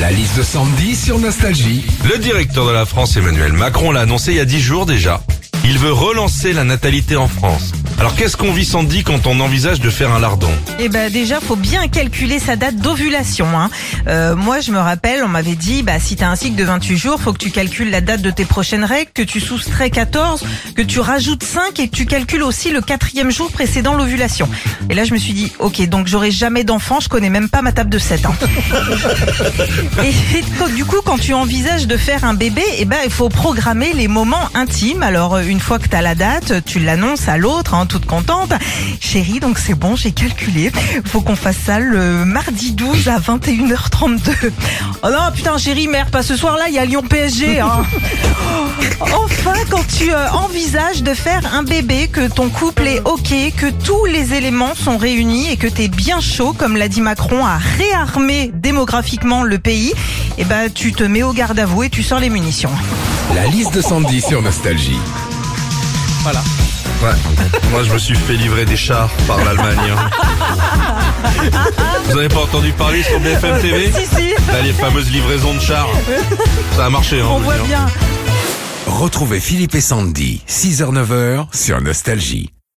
La liste de Sandy sur Nostalgie. Le directeur de la France, Emmanuel Macron, l'a annoncé il y a 10 jours déjà. Il veut relancer la natalité en France. Alors qu'est-ce qu'on vit, Sandy, quand on envisage de faire un lardon? Eh ben déjà, faut bien calculer sa date d'ovulation. Moi, je me rappelle, on m'avait dit, si t'as un cycle de 28 jours, faut que tu calcules la date de tes prochaines règles, que tu soustrais 14, que tu rajoutes 5 et que tu calcules aussi le 4e jour précédant l'ovulation. Et là, je me suis dit, ok, donc j'aurai jamais d'enfant, je connais même pas ma table de 7. Et du coup, quand tu envisages de faire un bébé, il faut programmer les moments intimes. Alors, une fois que t'as la date, tu l'annonces à l'autre, toute contente. Chérie, donc c'est bon, j'ai calculé. Faut qu'on fasse ça le mardi 12 à 21h32. Oh non, putain, chérie, merde, pas ce soir-là, il y a Lyon PSG. Enfin, quand tu envisages de faire un bébé, que ton couple est ok, que tous les éléments sont réunis et que t'es bien chaud, comme l'a dit Macron, à réarmer démographiquement le pays, tu te mets au garde à vous et tu sors les munitions. La liste de Sandy sur Nostalgie. Voilà. Ouais. Moi, je me suis fait livrer des chars par l'Allemagne. Vous avez pas entendu parler sur BFM TV? Si. Là, les fameuses livraisons de chars. Ça a marché, On voit bien. Retrouvez Philippe et Sandy, 6h-9h sur Nostalgie.